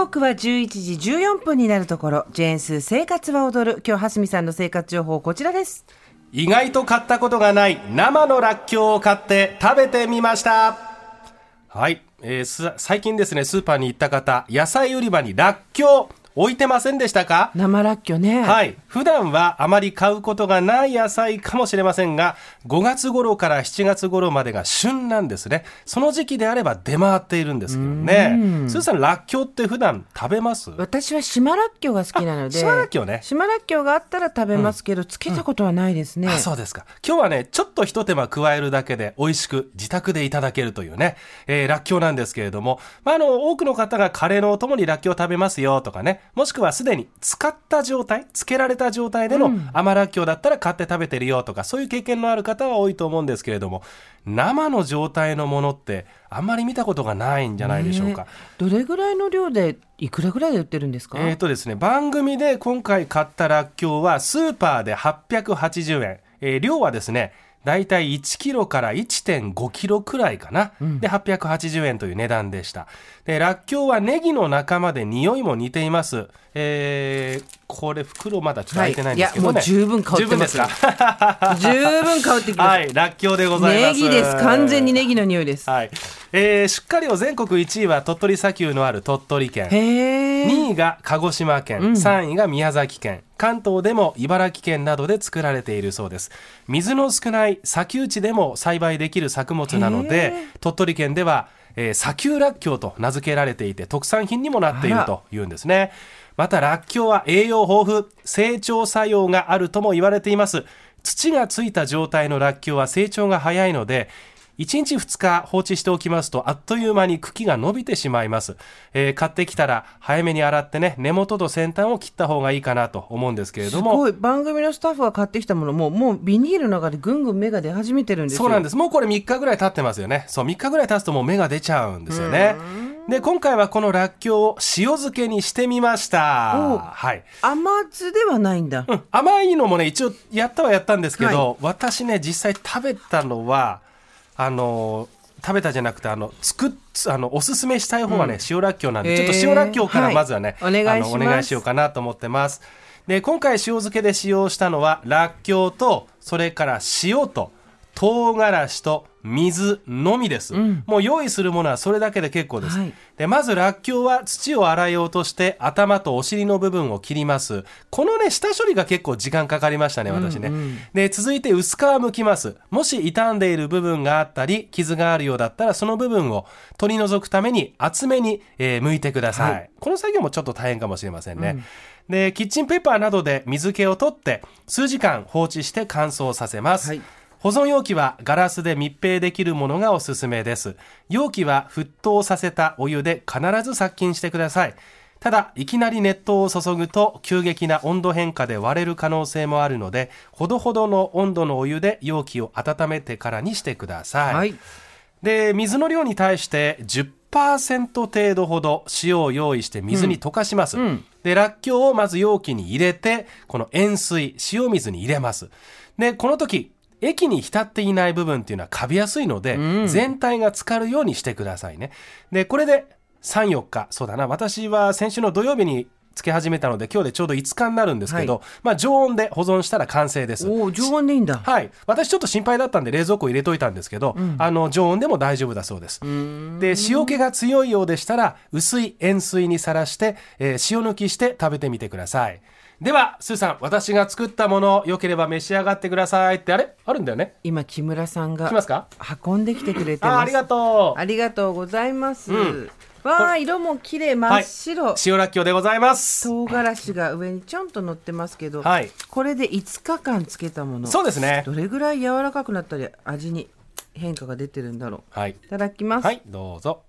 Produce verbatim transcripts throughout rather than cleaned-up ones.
刻はじゅういちじじゅうよんぷんになるところ、ジェーンスー生活は踊る。今日はすみさんの生活情報こちらです。 意外と買ったことがない生のらっきょうを買って食べてみました。はい、えー、最近ですね、スーパーに行った方、野菜売り場にらっきょう置いてませんでしたか？ 生らっきょうね。 はい。普段はあまり買うことがない野菜かもしれませんが、ごがつ頃からしちがつ頃までが旬なんですね。その時期であれば出回っているんですけどね。スーさん、らっきょうって普段食べます？ 私は島らっきょうが好きなので。 島らっきょうね。 島らっきょうがあったら食べますけど、うん、つけたことはないですね、 うん、あ、そうですか。今日はね、ちょっと一手間加えるだけで美味しく自宅でいただけるというね、えー、らっきょうなんですけれども、まあ、あの多くの方がカレーのお供にらっきょう食べますよとかね、もしくはすでに使った状態、漬けられた状態での甘らっきょうだったら買って食べてるよとか、そういう経験のある方は多いと思うんですけれども、生の状態のものってあんまり見たことがないんじゃないでしょうか、ね、 どれぐらいの量でいくらぐらいで売ってるんですか？ えーとですね、番組で今回買ったらっきょうはスーパーではっぴゃくはちじゅうえん、えー、量はですねだいたいいちキロから いってんごキロくらいかな、うん、ではっぴゃくはちじゅうえんという値段でした。で、らっきょうはネギの仲間で匂いも似ています。えー、これ袋まだちょっと開いてないんですけどね、 はい、いやもう十分香ってます。 十分ですか？ 十分香ってきます。 はい、らっきょうでございます。 ネギです。完全にネギの匂いです。 はい、えー、出荷量全国いちいは鳥取砂丘のある鳥取県、 へー、 にいが鹿児島県、うん、さんいが宮崎県、関東でも茨城県などで作られているそうです。水の少ない砂丘地でも栽培できる作物なので、鳥取県では、えー、砂丘らっきょうと名付けられていて特産品にもなっているというんですね。またらっきょうは栄養豊富、成長作用があるとも言われています。土がついた状態のらっきょうは成長が早いので、いちにちふつか放置しておきますとあっという間に茎が伸びてしまいます、えー、買ってきたら早めに洗ってね、根元と先端を切った方がいいかなと思うんですけれども、 すごい、番組のスタッフが買ってきたものももうビニールの中でぐんぐん芽が出始めてるんですよ。 そうなんです。もうこれみっかぐらい経ってますよね。そう、みっかぐらい経つともう芽が出ちゃうんですよね。で、今回はこのらっきょうを塩漬けにしてみました。はい、 甘酢ではないんだ、 うん、甘いのもね一応やったはやったんですけど、はい、私ね実際食べたのはあの食べたじゃなくてあの作っあのおすすめしたい方はね、うん、塩らっきょうなんで、ちょっと塩らっきょうからまずはね、 はい、お願いします。 あのお願いしようかなと思ってます。で、今回塩漬けで使用したのはらっきょうと、それから塩と唐辛子と水のみです、うん、もう用意するものはそれだけで結構です、はい、でまずらっきょうは土を洗い落として頭とお尻の部分を切ります。このね下処理が結構時間かかりましたね、私ね、うんうん、で続いて薄皮むきます。もし傷んでいる部分があったり傷があるようだったらその部分を取り除くために厚めに、えー、剥いてください、はい、この作業もちょっと大変かもしれませんね、うんでキッチンペーパーなどで水気を取って数時間放置して乾燥させます、はい、保存容器はガラスで密閉できるものがおすすめです。容器は沸騰させたお湯で必ず殺菌してください。ただいきなり熱湯を注ぐと急激な温度変化で割れる可能性もあるので、ほどほどの温度のお湯で容器を温めてからにしてください、はい、で水の量に対して じゅっパーセント 程度ほど塩を用意して水に溶かします、うんうん、でらっきょうをまず容器に入れてこの塩水塩水に入れます。でこの時液に浸っていない部分っていうのはカビやすいので、うん、全体が浸かるようにしてくださいね。でこれでさん、よっか、そうだな、私は先週の土曜日につけ始めたので今日でちょうどいつかになるんですけど、はい、まあ、常温で保存したら完成です。 おー、常温でいいんだ。 はい、私ちょっと心配だったんで冷蔵庫入れといたんですけど、うん、あの常温でも大丈夫だそうです。で塩気が強いようでしたら薄い塩水にさらして、えー、塩抜きして食べてみてください。ではスーさん、私が作ったものよければ召し上がってくださいって、あれあるんだよね。 今木村さんが来ますか？ 運んできてくれてます。 あ, ありがとうありがとうございます、うん、わー、色も綺麗、真っ白、はい、 塩らっきょうでございます。 唐辛子が上にちょんと乗ってますけど、 はい、 これでいつかかんつけたもの。 そうですね。 どれぐらい柔らかくなったり味に変化が出てるんだろう、はい、いただきます。 はい、どうぞ。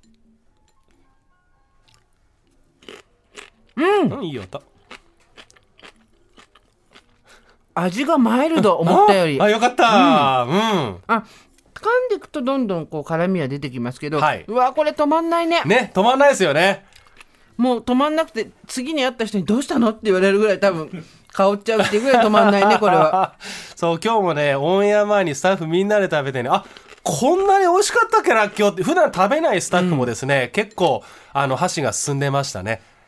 うん、 うん、いい音。 味がマイルド、思ったより。 ああ、よかった、うん、うん、 あ、噛んでいくとどんどんこう辛みは出てきますけど、はい、うわこれ止まんないね。 ね、止まんないですよね。 もう止まんなくて次に会った人にどうしたのって言われるぐらい多分香っちゃうっていうぐらい止まんないねこれは。 そう、今日もねオンエア前にスタッフみんなで食べてね、あ、こんなに美味しかったっけらっきょうって、普段食べないスタッフもですね、うん、結構あの箸が進んでましたね。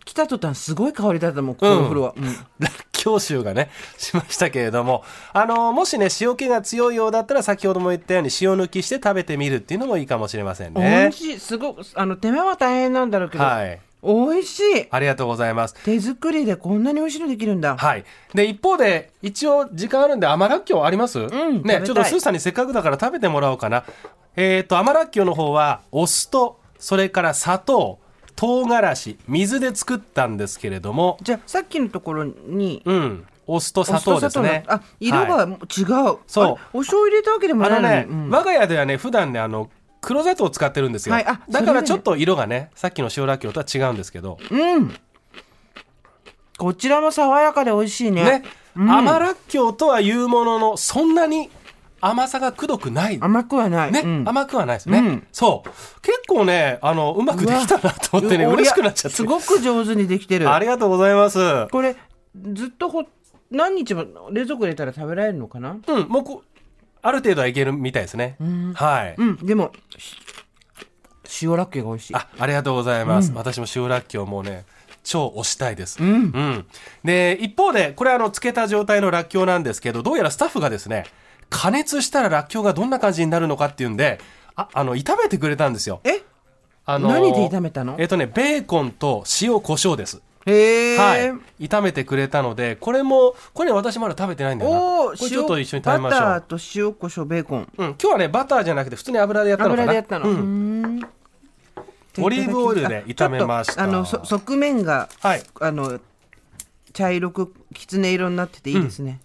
来た途端すごい香りだったもん、このお風呂は。うんらっきょう臭がねしましたけれども、あのもしね塩気が強いようだったら先ほども言ったように塩抜きして食べてみるっていうのもいいかもしれません美ね。 味しい。すごくあの手間は大変なんだろうけど、 はい、 美味しい。 ありがとうございます。 手作りでこんなに美味しいのできるんだ。 はい。で、一方で、一応時間あるんで甘らっきょうあります？ ん食べたね、 いちょっとスーさんにせっかくだから食べてもらおうかな。えっと、甘らっきょうの方は、お酢と、それから砂糖、唐辛子、水で作ったんですけれども、 じゃあさっきのところにうん、お酢と砂糖ですね。 あ、色がはい違う。 そうあれお醤油入れたわけでもあのね、 ないのに。うん我が家ではね、普段ね、あの、黒砂糖を使ってるんですよ。 はいあだかそれでねらちょっと色がね、さっきの塩らっきょうとは違うんですけど、 うん。こちらも爽やかで美味しいね。 ね、甘らっきょうとはいうものの、そんなに甘さがくどくない。 甘くはない。 ね、 うん甘くはないですね、 うんそう結構ねあのうまくできたなと思ってねうわ嬉しくなっちゃってすごく上手にできてる。 ありがとうございます。うこれずっとほ何日も冷蔵庫入れたら食べられるのかな。 んもうこある程度はいけるみたいですね、はい、 うんでもし塩らっきょうが美味しい。 あありがとうございます、私も塩らっきょうもうね超推したいです、うんで一方でこれあの漬けた状態のらっきょうなんですけど、どうやらスタッフがですね加熱したららっきょうがどんな感じになるのかっていうんで、ああの炒めてくれたんですよ。 えあのー何で炒めたの？ えっとねベーコンと塩コショウです。 へえ、 はい炒めてくれたので、これもこれね私まだ食べてないんだよな。 おおこれちょっと一緒に食べましょう。 バターと塩コショウベーコンうん、今日はねバターじゃなくて普通に油でやったのかな。 油でやったの。 う、 うんんオリーブオイルで炒めました。 あちょっとあのそ側面が、 はいあの茶色くきつね色になってていいですね。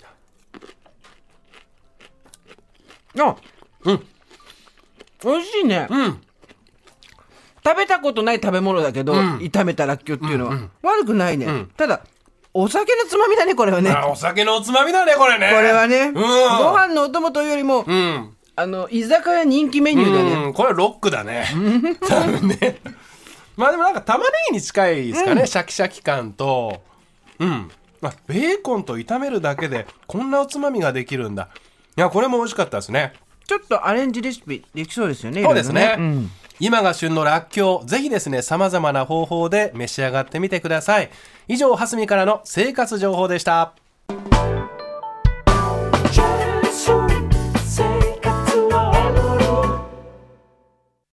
あ、 うん美味しいね。 うん食べたことない食べ物だけど、 ん炒めたらっきょうっていうのは、 うんうん悪くないね、 んただお酒のつまみだねこれはね。 あお酒のおつまみだねこれね。 これはね、 うん、 ご飯のお供というよりも、 うんあの居酒屋人気メニューだね。 うん、これロックだね多分ねまあでもなんか玉ねぎに近いですかね、シャキシャキ感と、うんあベーコンと炒めるだけでこんなおつまみができるんだ。いやこれも美味しかったですね。 ちょっとアレンジレシピできそうですよね。 そうですねいろいろうん今が旬のらっきょう、ぜひですね様々な方法で召し上がってみてください。以上、はすみからの生活情報でした。